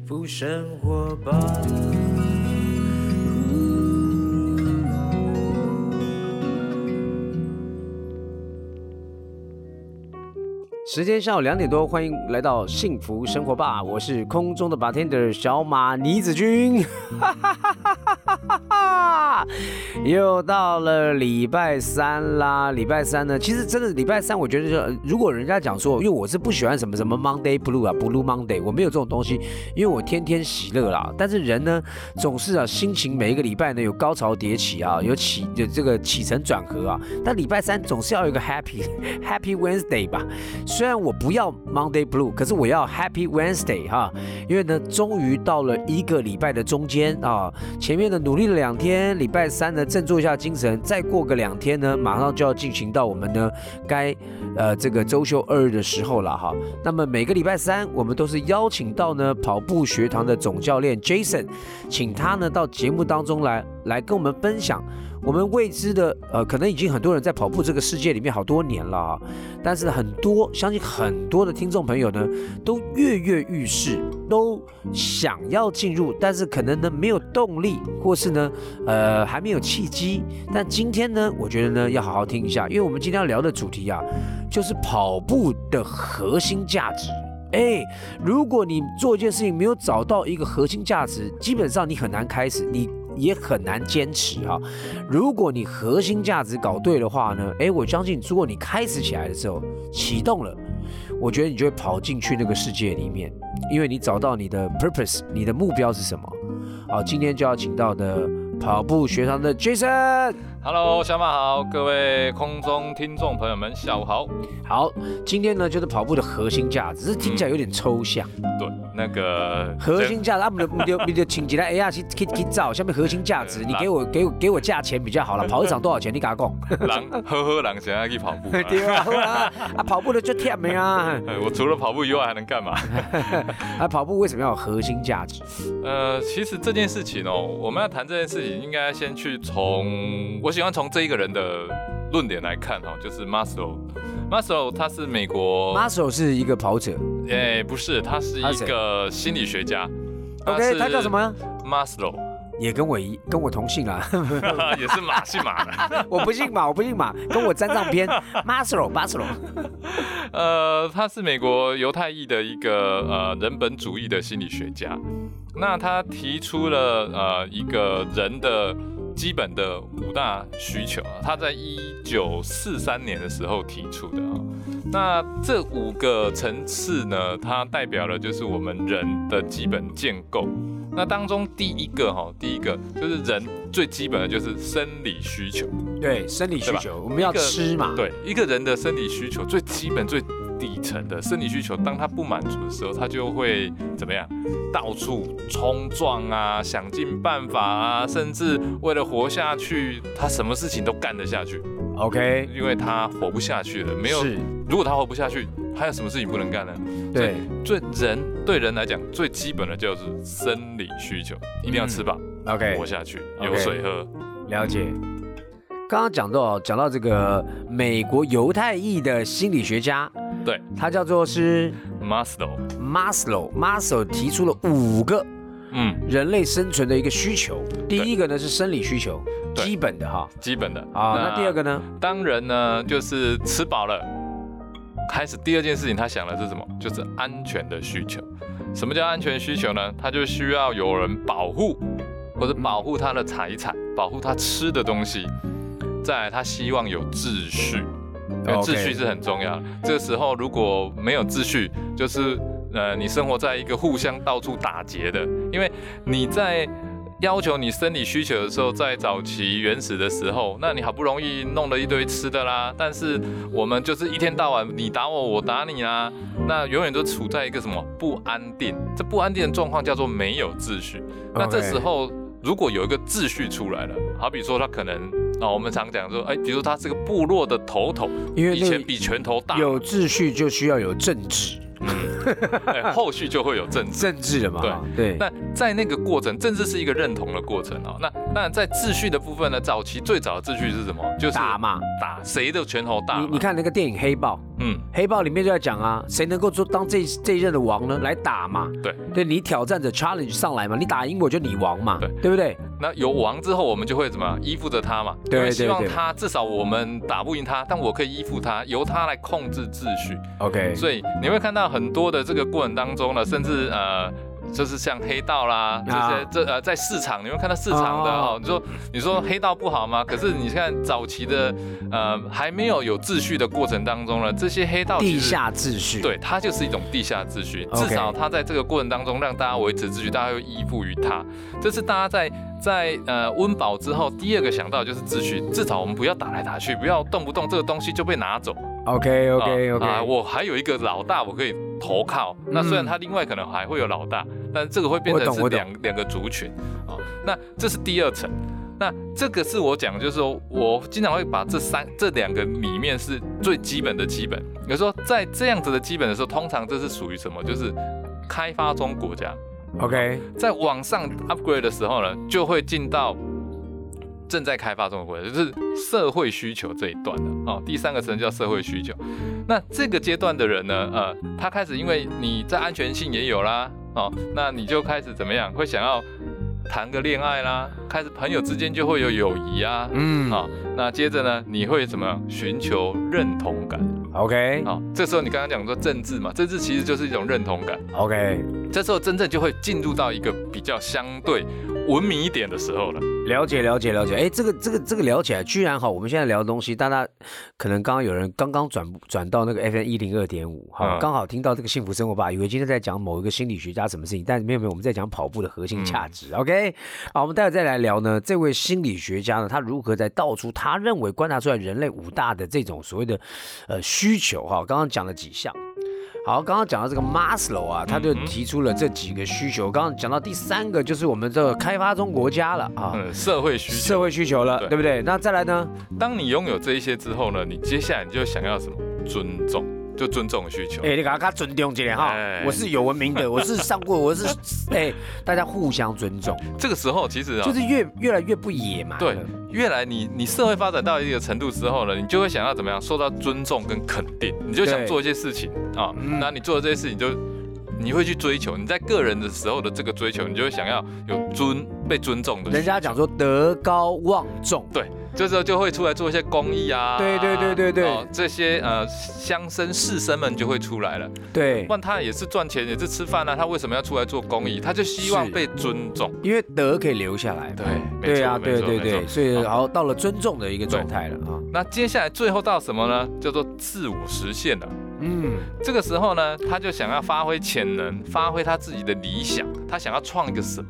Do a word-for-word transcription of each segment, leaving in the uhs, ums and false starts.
福生活吧。时间下午两点多，欢迎来到幸福生活吧，我是空中的 bartender 小马倪子君，又到了礼拜三啦。礼拜三呢，其实真的礼拜三，我觉得就如果人家讲说，因为我是不喜欢什么什么 Monday Blue 啊 ，Blue Monday， 我没有这种东西，因为我天天喜乐啦。但是人呢，总是啊，心情每一个礼拜呢有高潮迭起啊，有起有这个起承转合啊。但礼拜三总是要有一个 Happy Happy Wednesday 吧。虽然我不要 Monday Blue， 可是我要 Happy Wednesday 哈，因为呢，终于到了一个礼拜的中间啊，前面呢努力了两天，礼拜三呢振作一下精神，再过个两天呢，马上就要进行到我们呢该呃这个周休二日的时候了哈。那么每个礼拜三，我们都是邀请到呢跑步学堂的总教练 Jason， 请他呢到节目当中来来跟我们分享。我们未知的，呃，可能已经很多人在跑步这个世界里面好多年了啊，但是很多，相信很多的听众朋友呢，都跃跃欲试，都想要进入，但是可能呢没有动力，或是呢，呃，还没有契机。但今天呢，我觉得呢要好好听一下，因为我们今天要聊的主题啊，就是跑步的核心价值。哎，如果你做一件事情没有找到一个核心价值，基本上你很难开始，你也很难坚持啊。如果你核心价值搞对的话呢，哎，我相信如果你开始起来的时候启动了，我觉得你就会跑进去那个世界里面，因为你找到你的 purpose， 你的目标是什么。好，今天就要请到的跑步学堂的 Jason。Hello， 小马好，各位空中听众朋友们，下午好。 好，今天呢就是跑步的核心价值，这听起来有点抽象。 嗯、对，那个核心价值，啊，你就你就请起来 A R 去去去找下面核心价值，你给我给我给我价钱比较好了，跑一场多少钱？你给我讲。 人呵呵，人想要去跑步。 对啊，啊，啊跑步的就忝的啊。 我除了跑步以外还能干嘛？ 啊，跑步为什么要有核心价值？ 呃，其实这件事情哦，我们要谈这件事情，应该先去从我喜欢从这一个人的论点来看哈，就是 Maslow。Maslow 他是美国 ，Maslow 是一个跑者， 哎，不是，他是一个心理学家。 OK， 他叫什么 ？Maslow， 也跟我一跟我同姓啦， 也是马姓马的。 我不姓马，我不姓马，跟我沾上边。Maslow，Maslow， 呃，他是美国犹太裔的一个呃人本主义的心理学家。那他提出了呃一个人的基本的五大需求啊，他在一九四三年的时候提出的啊。那这五个层次呢，它代表了就是我们人的基本建构。那当中第一个哈，第一个就是人最基本的就是生理需求。 对，生理需求，我们要吃嘛。 对，一个人的生理需求最基本最底层的生理需求，当他不满足的时候，他就会怎么样？到处冲撞啊，想尽办法啊，甚至为了活下去，他什么事情都干得下去。 OK， 因为他活不下去了。没有，如果他活不下去，还有什么事情不能干呢？ 对， 最人对人来讲，最基本的就是生理需求，一定要吃饱、 嗯、，OK， 活下去，有水喝。 了解。刚刚讲到讲到这个美国犹太裔的心理学家， 对， 他叫做是 Maslow。Maslow，Maslow 提出了五个嗯人类生存的一个需求。第一个呢是生理需求，基本的哈， 基本的。 好，那第二个呢？ 当人呢就是吃饱了，开始第二件事情他想的是什么？就是安全的需求。什么叫安全需求呢？他就需要有人保护，或者保护他的财产，保护他吃的东西。再来，他希望有秩序，因为秩序是很重要的。Okay. 这个时候如果没有秩序，就是呃，你生活在一个互相到处打劫的。因为你在要求你生理需求的时候，在早期原始的时候，那你好不容易弄了一堆吃的啦，但是我们就是一天到晚你打我，我打你啦，那永远都处在一个什么不安定？这不安定的状况叫做没有秩序。Okay. 那这时候如果有一个秩序出来了，好比说他可能。哦，我们常讲说，哎，比如说他是个部落的头头，因为以前比拳头大， 有秩序就需要有政治， 嗯，后续就会有政治， 政治了嘛， 对对。 那在那个过程，政治是一个认同的过程哦。那那在秩序的部分呢，早期最早的秩序是什么？就是打嘛， 打谁的拳头大嘛。 你你看那个电影《黑豹》， 嗯， 黑豹里面就在讲啊，谁能够做当这这一任的王呢？来打嘛， 对， 对你挑战者 challenge 上来嘛，你打赢我就你王嘛， 对， 对不对？ 那有王之后，我们就会怎么依附着他嘛？ 对对对， 希望他至少我们打不赢他，但我可以依附他，由他来控制秩序。 OK， 所以你会看到很多的这个过程当中呢，甚至呃。就是像黑道啦，这些这呃在市场，你会看到市场的哦。你说你说黑道不好吗？可是你看早期的呃还没有有秩序的过程当中呢，这些黑道地下秩序， 对，它就是一种地下秩序。 Okay. 至少它在这个过程当中让大家维持秩序，大家会依附于它。这是大家在在呃温饱之后第二个想到的就是秩序，至少我们不要打来打去，不要动不动这个东西就被拿走。 OK OK OK， 啊，我还有一个老大，我可以投靠。那虽然他另外可能还会有老大，但这个会变成是两两个族群啊。那这是第二层。那这个是我讲，就是说我经常会把这三这两个里面是最基本的基本。有时候在这样子的基本的时候，通常这是属于什么？就是开发中国家。 OK， 在往上 upgrade 的时候呢，就会进到正在开发中的国家，就是社会需求这一段的哦。第三个层叫社会需求。那这个阶段的人呢，呃，他开始因为你在安全性也有啦，哦，那你就开始怎么样？会想要谈个恋爱啦，开始朋友之间就会有友谊啊，嗯，啊、哦，那接着呢，你会怎么样？寻求认同感。 OK， 好、哦，这时候你刚刚讲说政治嘛，政治其实就是一种认同感。 OK， 这时候真正就会进入到一个比较相对文明一点的时候了。 了解了解了解，哎，这个这个这个聊起来，居然好，我们现在聊的东西，大家可能刚刚有人刚刚转转到那个 F M 一零二点五，好，刚好听到这个幸福生活吧，以为今天在讲某一个心理学家什么事情，但没有没有，我们在讲跑步的核心价值。嗯、OK， 好，我们待会再来聊呢，这位心理学家呢，他如何在道出他认为观察出来人类五大的这种所谓的呃需求哈，刚刚讲了几项。好，刚刚讲到这个 Maslow 啊，他就提出了这几个需求。刚刚讲到第三个就是我们这个开发中国家了啊， 嗯，社会需求， 社会需求了， 对, 对不对？那再来呢？ 当你拥有这一些之后呢，你接下来你就想要什么？尊重。就尊重的需求， 哎、欸，你给他尊重一点哈，欸、我是有文明的，我是上过，我是哎、欸，大家互相尊重。 这个时候其实啊， 就是越越来越不野蛮。 对，越来你你社会发展到一个程度之后呢，你就会想要怎么样受到尊重跟肯定，你就想做一些事情啊，嗯、那你做的这些事情就你会去追求，你在个人的时候的这个追求，你就会想要有尊被尊重的。 人家讲说德高望重， 对。这时候就会出来做一些公益啊， 对对对对对，哦、 这些呃乡绅士绅们就会出来了， 对， 不然他也是赚钱，也是吃饭啊，他为什么要出来做公益？他就希望被尊重， 因为德可以留下来， 对， 对啊，对对对，所以然后到了尊重的一个状态了啊。 那接下来最后到什么呢？叫做自我实现了。嗯，这个时候呢，他就想要发挥潜能，发挥他自己的理想，他想要创一个什么？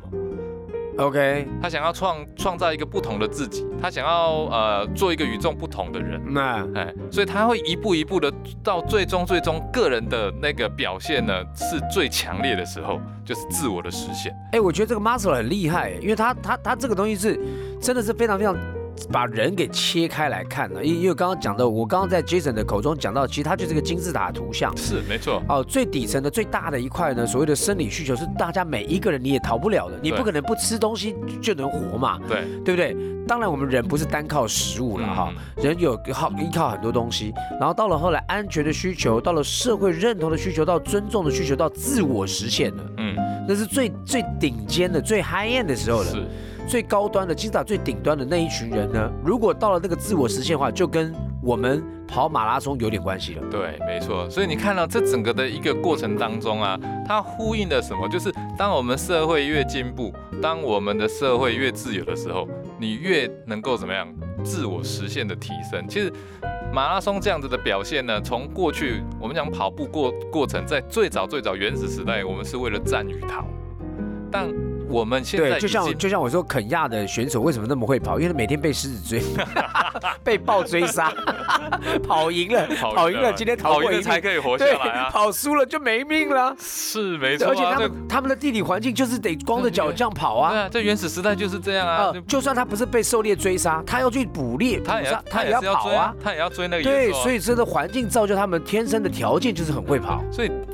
OK， 他想要创创造一个不同的自己，他想要呃做一个与众不同的人，那哎，所以他会一步一步的到最终最终个人的那个表现呢是最强烈的时候，就是自我的实现。 哎，我觉得这个 Maslow 很厉害，因为他他他这个东西是真的是非常非常。把人给切开来看了，因为刚刚讲的，我刚刚在 Jason 的口中讲到，其实它就是个金字塔图像， 是没错。 哦，最底层的最大的一块呢，所谓的生理需求是大家每一个人你也逃不了的，你不可能不吃东西就能活嘛， 对对不对？当然我们人不是单靠食物了哈，嗯、人有靠依靠很多东西，然后到了后来安全的需求，到了社会认同的需求，到尊重的需求，到自我实现了，嗯，那是最最顶尖的最 high end 的时候了。是。最高端的金字塔最顶端的那一群人呢，如果到了那个自我实现的话，就跟我们跑马拉松有点关系了。 对，没错。所以你看到这整个的一个过程当中啊，它呼应了什么？就是当我们社会越进步，当我们的社会越自由的时候，你越能够怎么样自我实现的提升。其实马拉松这样子的表现呢，从过去我们讲跑步过过程，在最早最早原始时代，我们是为了战与逃，但我们现在对，就像就像我说，肯亚的选手为什么那么会跑？因为他每天被狮子追，被豹追杀，跑赢了，跑赢了，今天逃过一命才可以活下来啊！ 跑输了就没命了。 是没错、啊， 而且他们他们的地理环境就是得光着脚这样跑啊。 对啊，在原始时代就是这样啊。 呃、就算他不是被狩猎追杀，他要去捕猎， 他也要他也要跑啊， 他也要追那个野兽、啊。 对，所以真的环境造就他们天生的条件就是很会跑。 所以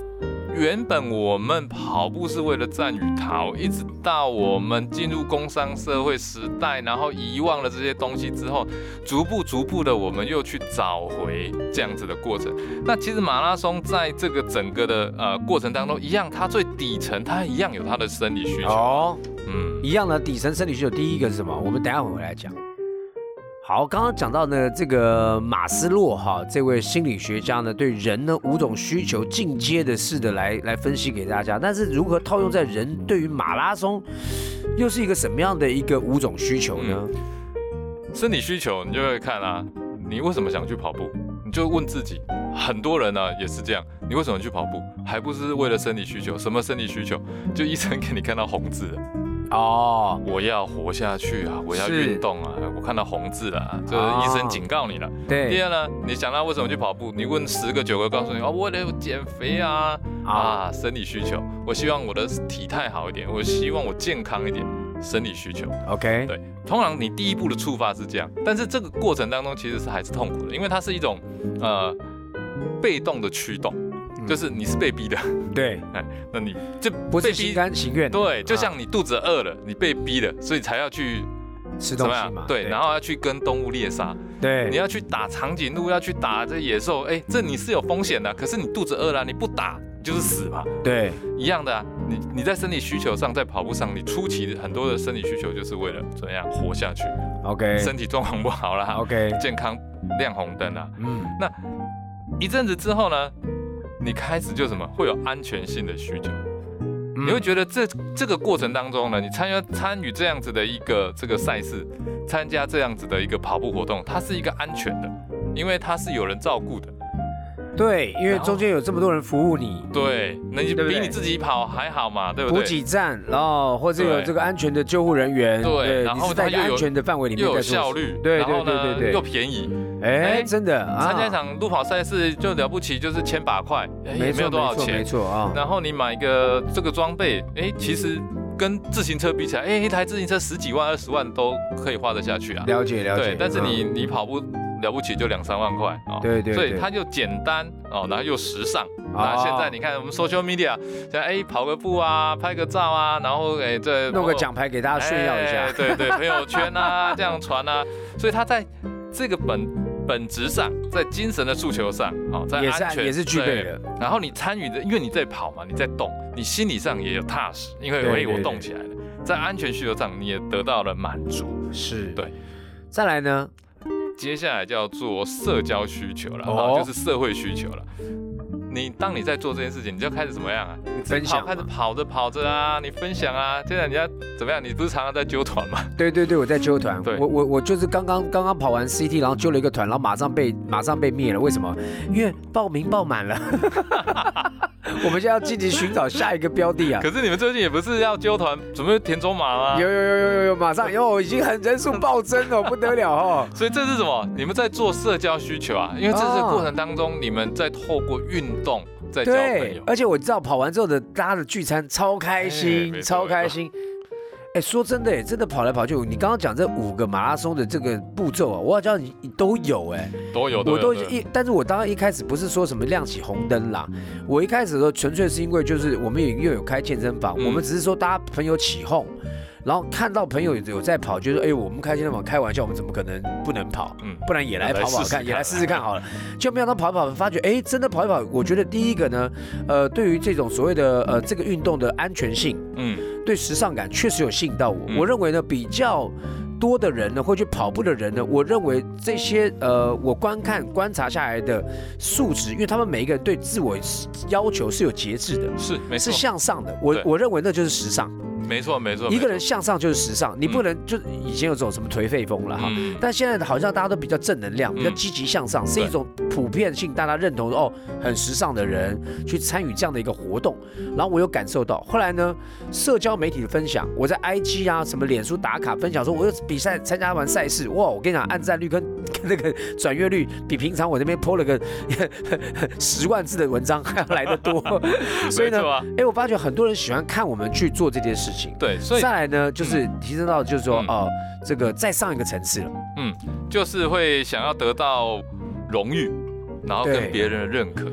原本我们跑步是为了战与逃，一直到我们进入工商社会时代，然后遗忘了这些东西之后，逐步逐步的我们又去找回这样子的过程。那其实马拉松在这个整个的呃过程当中，一样，它最底层它一样有它的生理需求。哦， 嗯，一样的底层生理需求，第一个是什么？我们等一下回来讲。好，刚刚讲到呢，这个马斯洛哈这位心理学家呢，对人呢五种需求进阶的式的来来分析给大家，但是如何套用在人对于马拉松，又是一个什么样的一个五种需求呢？嗯、 生理需求你就会看啊，你为什么想去跑步？你就问自己，很多人呢、啊、也是这样，你为什么去跑步？还不是为了生理需求？什么生理需求？就医生给你看到红字了。哦，我要活下去啊！我要运动啊！我看到红字了、啊，就是医生警告你了。 对。 第二呢，你想到为什么去跑步？你问十个九个告诉你哦，为了减肥啊啊，生理需求。我希望我的体态好一点，我希望我健康一点，生理需求。 OK。 对，通常你第一步的触发是这样，但是这个过程当中其实是还是痛苦的，因为它是一种呃被动的驱动。就是你是被逼的， 对， 哎，那你就不是心甘情愿， 对，就像你肚子饿了，你被逼的，所以才要去吃东西嘛， 对，然后要去跟动物猎杀， 对， 你要去打长颈鹿，要去打这野兽，哎，这你是有风险的，可是你肚子饿了，你不打你就是死嘛， 对， 一样的啊，你你在生理需求上，在跑步上，你初期很多的生理需求就是为了怎么样活下去 ，OK， 身体状况不好啦 ，OK， 健康亮红灯啦，嗯，那一阵子之后呢？你开始就什么会有安全性的需求，嗯、你会觉得这这个过程当中呢，你参加参与这样子的一个这个赛事，参加这样子的一个跑步活动，它是一个安全的，因为它是有人照顾的。 对，因为中间有这么多人服务你。 对，那你比你自己跑还好嘛，对不对？ 补给站，然后或者有这个安全的救护人员， 对，然后在一个安全的范围里面， 又有效率， 对对对对对， 又便宜。 哎，真的， 参加一场路跑赛事就了不起，就是千把块，也没有多少钱， 没错啊。 然后你买一个这个装备，哎，其实跟自行车比起来，哎，一台自行车十几万、二十万都可以花得下去啊。 了解了解。 对，但是你你跑步了不起就两三万块哦。 对对。 所以它就简单哦，然后又时尚。那现在你看我们 social media， 现在哎跑个步啊，拍个照啊，然后哎这弄个奖牌给大家炫耀一下。 对对，朋友圈啊这样传啊，所以它在这个本。本质上，在精神的诉求上，哦，在安全也是具备的。 然后你参与的，因为你在跑嘛，你在动，你心理上也有踏实，因为哎我动起来了。在安全需求上，你也得到了满足。 是， 对。 再来呢， 接下来叫做社交需求了，哦，就是社会需求了。你当你在做这件事情，你就开始怎么样啊？你分享， 开始跑着跑着啊，你分享啊。现在你要怎么样？你不是常常在揪团吗？ 对对对，我在揪团。我我我就是刚刚刚刚跑完 C T， 然后揪了一个团，然后马上被马上被灭了。为什么？因为报名报满了。我们现在要积极寻找下一个标的啊！ 可是你们最近也不是要揪团，准备田中马吗？ 有有有有有，马上哟，已经很人数暴增了，不得了哦！ 所以这是什么？你们在做社交需求啊？因为这是过程当中，你们在透过运动在交朋友。 而且我知道跑完之后的大家的聚餐超开心，欸、超开心。哎，说真的，哎，真的跑来跑去，你刚刚讲这五个马拉松的这个步骤啊，我好像你都有哎， 都有， 我都一，但是我当然一开始不是说什么亮起红灯啦，我一开始的时候纯粹是因为就是我们也又有开健身房，嗯、我们只是说大家朋友起哄。然后看到朋友有在跑，就说：“哎，我们开健身房开玩笑，我们怎么可能不能跑？嗯，不然也来跑跑看，也来试试看好了。”就没想到跑一跑，发觉哎，真的跑一跑，我觉得第一个呢，呃，对于这种所谓的呃这个运动的安全性，嗯，对时尚感确实有吸引到我。嗯、我认为呢，比较多的人呢，会去跑步的人呢，我认为这些呃，我观看观察下来的素质，因为他们每一个人对自我要求是有节制的， 是没错， 是向上的。我我认为那就是时尚。 没错没错， 一个人向上就是时尚，你不能就以前有种什么颓废风了哈，嗯、但现在好像大家都比较正能量，比较积极向上，嗯、是一种普遍性大家认同哦，很时尚的人去参与这样的一个活动，然后我有感受到。后来呢，社交媒体的分享，我在 I G 啊什么脸书打卡分享说，我有比赛参加完赛事，哇，我跟你讲，按赞率跟那个转阅率比平常我那边 po 了个十万字的文章还要来得多，所以呢，哎、啊，我发觉很多人喜欢看我们去做这件事情。 对，所以再来呢，就是提升到就是说，哦、嗯呃，这个再上一个层次了。 嗯，就是会想要得到荣誉，然后跟别人的认可。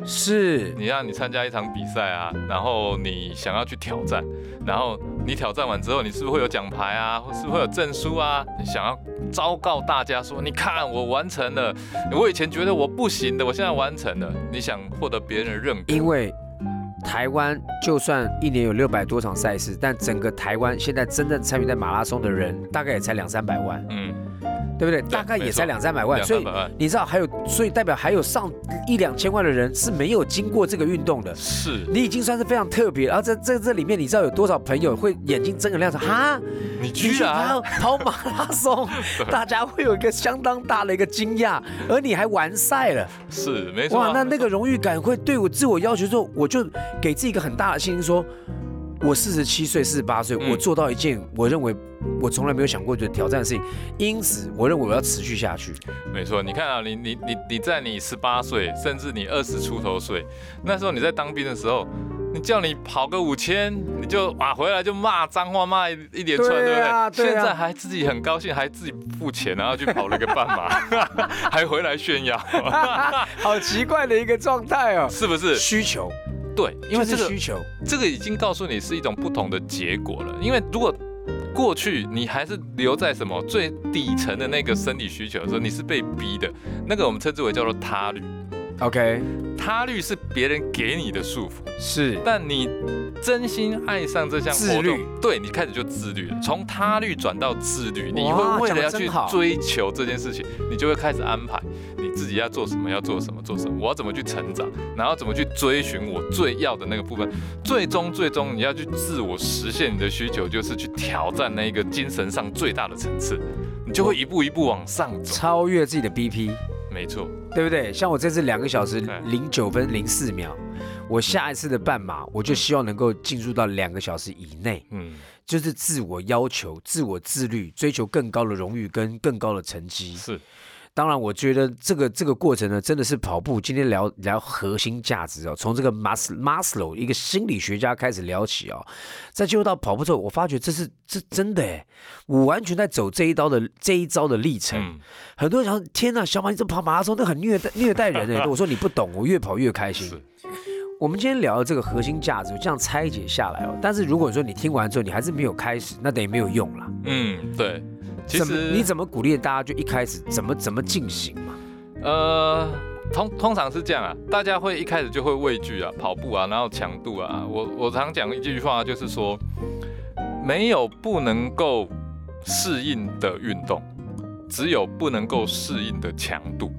是， 你让你参加一场比赛啊，然后你想要去挑战，然后你挑战完之后，你是不是会有奖牌啊，或是不是会有证书啊？你想要昭告大家说，你看我完成了，我以前觉得我不行的，我现在完成了。你想获得别人的认可， 因为台湾就算一年有六百多场赛事，但整个台湾现在真正参与在马拉松的人，大概也才两三百万。嗯。对不对？大概也才两三百万，所以你知道还有，所以代表还有上一两千万的人是没有经过这个运动的。 是， 你已经算是非常特别。然后在这这里面，你知道有多少朋友会眼睛睁很亮说：“哈， 你居然跑马拉松？”大家会有一个相当大的一个惊讶，而你还完赛了。 是，没错。 哇，那那个荣誉感会对我自我要求说，我就给自己一个很大的信心说。我四十七岁、四十八岁，我做到一件我认为我从来没有想过的挑战的事情，因此我认为我要持续下去。 没错，你看啊，你你你你在你十八岁，甚至你二十出头岁，那时候你在当兵的时候，你叫你跑个五千，你就啊回来就骂脏话，骂一连串，对不对？ 啊对啊、 现在还自己很高兴，还自己付钱，然后去跑了一个半马，还回来炫耀， 好奇怪的一个状态哦， 是不是？ 需求。 对，因为这个需求， 这个已经告诉你是一种不同的结果了。因为如果过去你还是留在什么最底层的那个生理需求的时候，你是被逼的，那个我们称之为叫做他律。 OK， 他律是别人给你的束缚， 是， 但你真心爱上这项活动，对你开始就自律了。从他律转到自律，你会为了要去追求这件事情，你就会开始安排你自己要做什么，要做什么，做什么，我要怎么去成长，然后怎么去追寻我最要的那个部分。最终，最终你要去自我实现你的需求，就是去挑战那一个精神上最大的层次，你就会一步一步往上走， 超越自己的 B P。 没错， 对不对？像我这次两个小时零九分零四秒，我下一次的半马，我就希望能够进入到两个小时以内。嗯，就是自我要求、自我自律，追求更高的荣誉跟更高的成绩。 是。 当然，我觉得这个这个过程呢，真的是跑步。今天聊聊核心价值哦，从这个 Maslow 一个心理学家开始聊起哦，再进入到跑步之后，我发觉这是这真的哎，我完全在走这一刀的这一招的历程。嗯、很多人想，天哪，小马你这跑马拉松都很虐待虐待人哎，我说你不懂，我越跑越开心。我们今天聊的这个核心价值，这样拆解下来哦，但是如果说你听完之后你还是没有开始，那等于没有用了。 嗯，对。其实你怎么鼓励大家就一开始怎么怎么进行嘛？ 呃，通通常是这样啊，大家会一开始就会畏惧啊，跑步啊，然后强度啊。我我常讲一句话，就是说，没有不能够适应的运动，只有不能够适应的强度。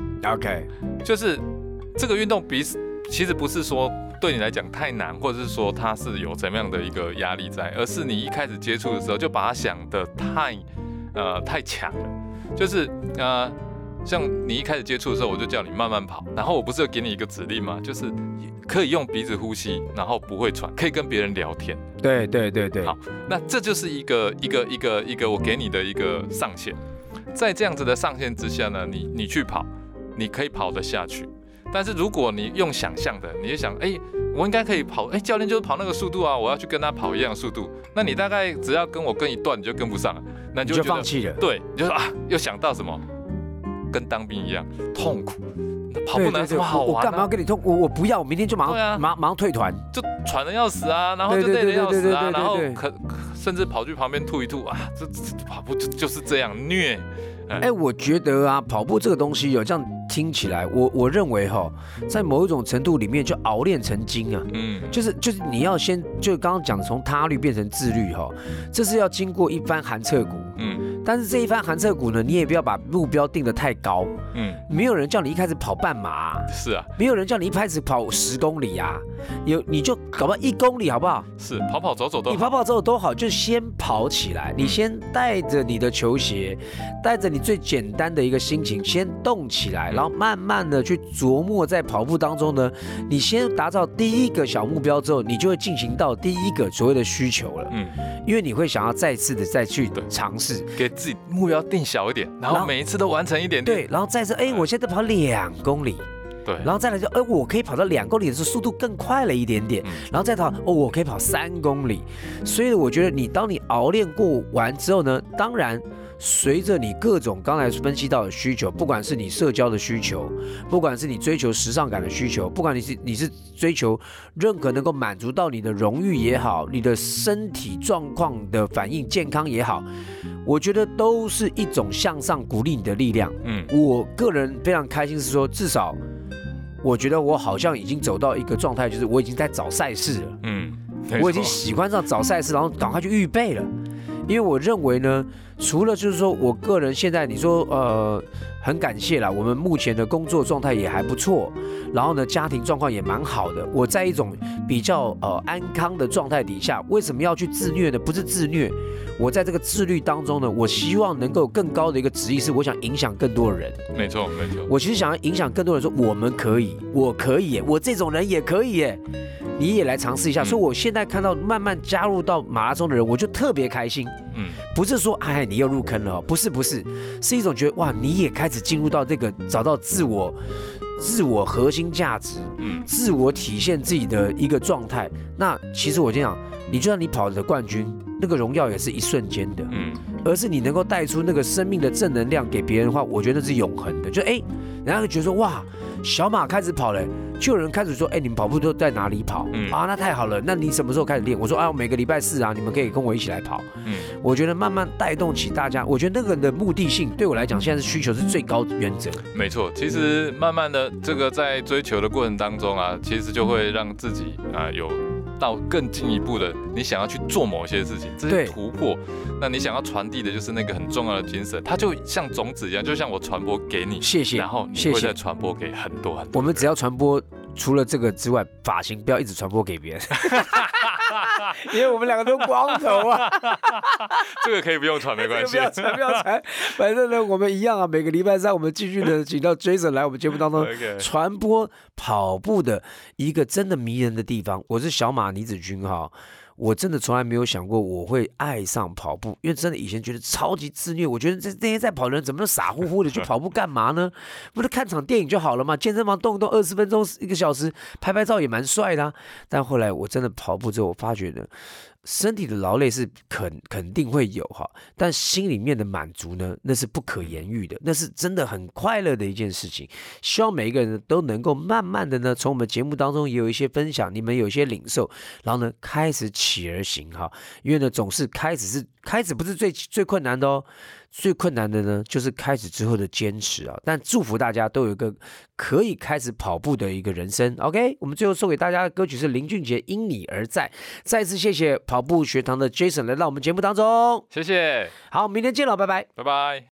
OK， 就是这个运动比其实不是说对你来讲太难，或者是说它是有怎么样的一个压力在，而是你一开始接触的时候就把它想得太。呃，太强了，就是呃，像你一开始接触的时候，我就叫你慢慢跑，然后我不是有给你一个指令吗？就是可以用鼻子呼吸，然后不会喘，可以跟别人聊天。 对对对对。 好，那这就是一个一个一个一个我给你的一个上限，在这样子的上限之下呢，你你去跑，你可以跑得下去。但是如果你用想象的，你就想，哎、欸，我应该可以跑，哎、欸，教练就是跑那个速度啊，我要去跟他跑一样的速度，那你大概只要跟我跟一段，你就跟不上了，那你就, 你就放弃了。 对，你就说啊，又想到什么，跟当兵一样痛苦，跑步哪有什么好玩、啊？ 我干嘛要跟你痛？我我不要，我明天就马上、啊、马, 马上退团， 就喘得要死啊，然后就累得要死啊，然后可甚至跑去旁边吐一吐啊，这这跑步就就是这样虐。 哎、欸，我觉得啊，跑步这个东西有这样听起来，我我认为哈，在某一种程度里面就熬练成精啊，嗯，就是就是你要先就刚刚讲从他律变成自律哈，这是要经过一番寒彻骨，嗯，但是这一番寒彻骨呢，你也不要把目标定得太高，嗯，没有人叫你一开始跑半马、啊， 是啊， 没有人叫你一开始跑十公里啊，有你就搞不好一公里好不好？ 是跑跑走走都好， 你跑跑走走都好，就先跑起来，你先带着你的球鞋，带着你最简单的一个心情先动起来，然后慢慢的去琢磨在跑步当中呢，你先达到第一个小目标之后，你就会进行到第一个所谓的需求了。嗯，因为你会想要再次的再去尝试， 给自己目标定小一点，然后每一次都完成一点点。 对，然后再是哎，我现在跑两公里。 对， 然后再来就，哎，我可以跑到两公里的时候，速度更快了一点点，嗯、然后再跑，哦，我可以跑三公里。所以我觉得你当你熬练过完之后呢，当然随着你各种刚才分析到的需求，不管是你社交的需求，不管是你追求时尚感的需求，不管你是你是追求任何能够满足到你的荣誉也好，你的身体状况的反应健康也好，我觉得都是一种向上鼓励你的力量。嗯，我个人非常开心是说，至少我觉得我好像已经走到一个状态，就是我已经在找赛事了。嗯，我已经喜欢上找赛事，然后赶快去预备了。因为我认为呢，除了就是说我个人现在你说呃很感谢啦，我们目前的工作状态也还不错，然后呢家庭状况也蛮好的，我在一种比较呃安康的状态底下，为什么要去自虐呢？不是自虐，我在这个自律当中呢，我希望能够有更高的一个旨意，是我想影响更多的人。 没错没错， 我其实想要影响更多人，说我们可以，我可以耶，我这种人也可以耶。你也来尝试一下，嗯、所以我现在看到慢慢加入到马拉松的人，我就特别开心。嗯，不是说哎你又入坑了，不是不是，是一种觉得哇你也开始进入到这个找到自我、自我核心价值，嗯，自我体现自己的一个状态。那其实我这样，你就算你跑的冠军，那个荣耀也是一瞬间的，嗯，而是你能够带出那个生命的正能量给别人的话，我觉得那是永恒的。就哎，人家会觉得说哇。小马开始跑了，就有人开始说：“哎、欸，你们跑步都在哪里跑？嗯、啊，那太好了。那你什么时候开始练？”我说：“啊，每个礼拜四啊，你们可以跟我一起来跑。”嗯，我觉得慢慢带动起大家，我觉得那个的目的性对我来讲，现在是需求是最高原则。 没错，其实慢慢的这个在追求的过程当中啊，其实就会让自己啊有到更进一步的，你想要去做某些事情，这些突破。那你想要传递的就是那个很重要的精神，它就像种子一样，就像我传播给你， 谢谢， 然后你会再传播给很多很多。 我们只要传播，除了这个之外，发型不要一直传播给别人，因为我们两个都光头啊。 这个可以不用传，没关系， 不要传，不要传。反正呢，我们一样啊，每个礼拜三我们继续的请到 Jason 来我们节目当中传播跑步的一个真的迷人的地方。我是小马倪子君哈。我真的从来没有想过我会爱上跑步，因为真的以前觉得超级自虐。我觉得这那些在跑的人怎么都傻乎乎的去跑步干嘛呢？不是看场电影就好了嘛？健身房动一动二十分钟一个小时，拍拍照也蛮帅的啊。但后来我真的跑步之后，我发觉呢，身体的劳累是肯肯定会有哈，但心里面的满足呢，那是不可言喻的，那是真的很快乐的一件事情。希望每一个人都能够慢慢的呢，从我们节目当中也有一些分享，你们有一些领受，然后呢开始起而行哈，因为呢总是开始是开始不是最最困难的哦。最困难的呢，就是开始之后的坚持啊！但祝福大家都有一个可以开始跑步的一个人生。OK， 我们最后送给大家的歌曲是林俊杰《因你而在》。再次谢谢跑步学堂的 Jason 来到我们节目当中， 谢谢。 好，明天见了，拜拜， 拜拜。